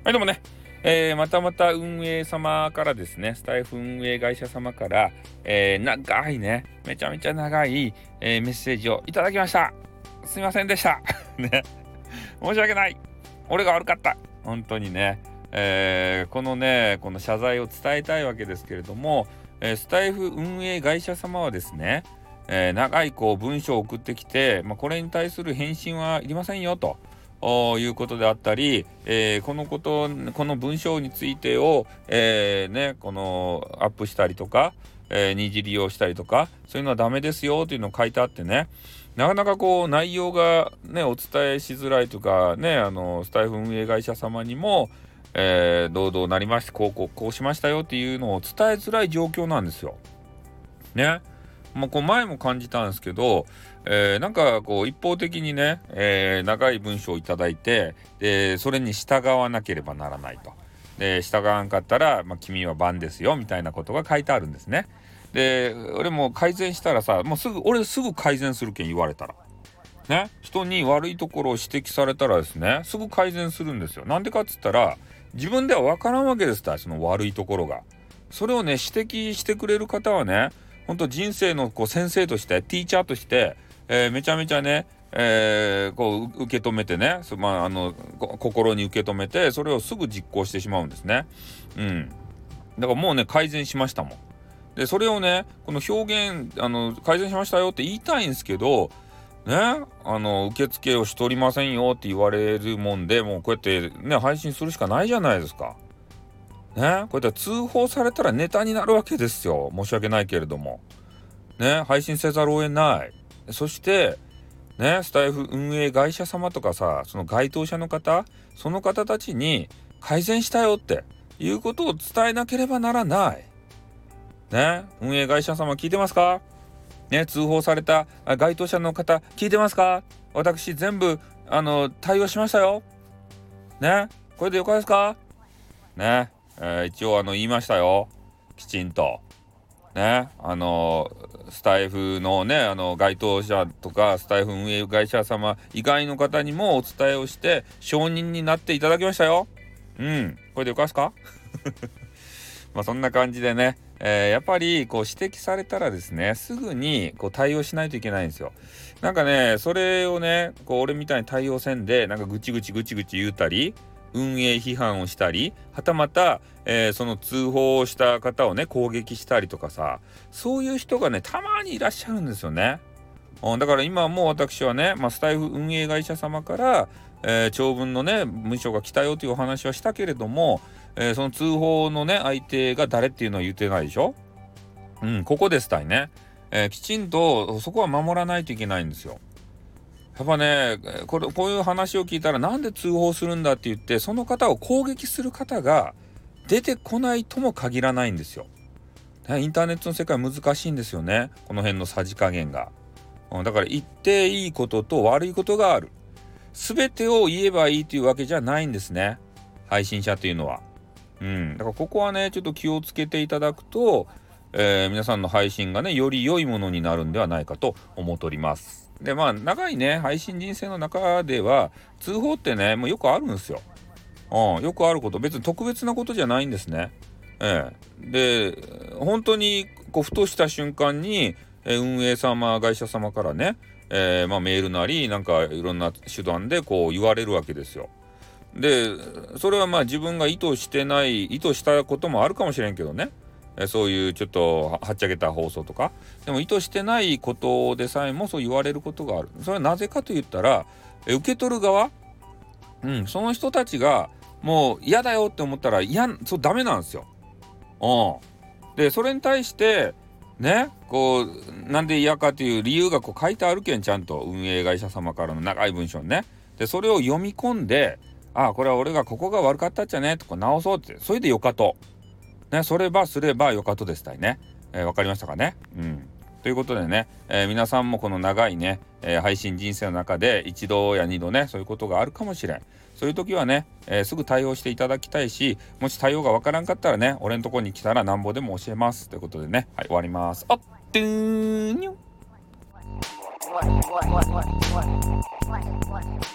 はい、どうもね、また運営様からですね、スタイフ運営会社様から、長いね、めちゃめちゃ長い、メッセージをいただきました。すいませんでした。ね、申し訳ない。俺が悪かった。本当にね、この謝罪を伝えたいわけですけれども、スタイフ運営会社様はですね、長い文章を送ってきて、これに対する返信はいりませんよと。いうことであったり、この文章についてを、アップしたりとか、二次利用したりとか、そういうのはダメですよというのを書いてあってね、なかなか内容がねお伝えしづらいとかね、スタイフ運営会社様にも、どうなりましてこうしましたよっていうのを伝えづらい状況なんですよ。ね。前も感じたんですけど、一方的にね、長い文章をいただいて、でそれに従わなければならないと。で従わんかったら、君は番ですよみたいなことが書いてあるんですね。で俺も改善したらさ、俺すぐ改善するけん、言われたらね、人に悪いところを指摘されたらですね、すぐ改善するんですよ。なんでかっつったら、自分では分からんわけですから、その悪いところが。それをね指摘してくれる方はね、本当人生の先生として、ティーチャーとして、めちゃめちゃね、受け止めてね、心に受け止めて、それをすぐ実行してしまうんですね。だからもうね改善しましたもん。でそれをね、この表現改善しましたよって言いたいんですけどね、受付をしておりませんよって言われるもんで、もうこうやってね配信するしかないじゃないですか。ね、こうやって通報されたらネタになるわけですよ。申し訳ないけれども。ね、配信せざるを得ない。そして、ね、スタイフ運営会社様とかさ、その該当者の方、その方たちに改善したよっていうことを伝えなければならない。ね、運営会社様聞いてますか？ね、通報された該当者の方聞いてますか？私全部対応しましたよ。ね、これでよかったですか？ね、一応言いましたよ。きちんと。ね、スタイフのね、該当者とか、スタイフ運営会社様以外の方にもお伝えをして、承認になっていただきましたよ。これでよかっすか？そんな感じでね、やっぱり指摘されたらですね、すぐに対応しないといけないんですよ。なんかね、それをね、俺みたいに対応せんで、なんかぐちぐち言うたり、運営批判をしたり、はたまた、その通報をした方をね攻撃したりとかさ、そういう人がねたまにいらっしゃるんですよね。だから今もう私はね、スタイフ運営会社様から、長文のね文章が来たよというお話はしたけれども、その通報のね相手が誰っていうのは言ってないでしょ。ここですたいね、きちんとそこは守らないといけないんですよ。やっぱね、こういう話を聞いたら、なんで通報するんだって言ってその方を攻撃する方が出てこないとも限らないんですよ。インターネットの世界難しいんですよね、この辺のさじ加減が。だから言っていいことと悪いことがある。全てを言えばいいというわけじゃないんですね、配信者というのは。だからここはねちょっと気をつけていただくと、皆さんの配信がねより良いものになるんではないかと思っております。で長いね配信人生の中では通報ってねもうよくあるんですよ。よくあること、別に特別なことじゃないんですね。で本当にふとした瞬間に、運営様会社様からね、メールなりなんかいろんな手段で言われるわけですよ。でそれは自分が意図したこともあるかもしれんけどね、そういうちょっとはっちゃけた放送とかでも意図してないことでさえもそう言われることがある。それはなぜかと言ったら、受け取る側、その人たちがもう嫌だよって思ったらダメなんですよ。でそれに対してねなんで嫌かっていう理由が書いてあるけん、ちゃんと運営会社様からの長い文章にね。でそれを読み込んで、これは俺がここが悪かったっちゃねとか直そうって、それでよかとね、そればすればよかとですたいね。わかりましたかね。ということでね、皆さんもこの長いね、配信人生の中で一度や二度ねそういうことがあるかもしれん。そういう時はね、すぐ対応していただきたいし、もし対応がわからんかったらね、俺のところに来たらなんぼでも教えますということでね、はい、終わります。あっ、てーにょ。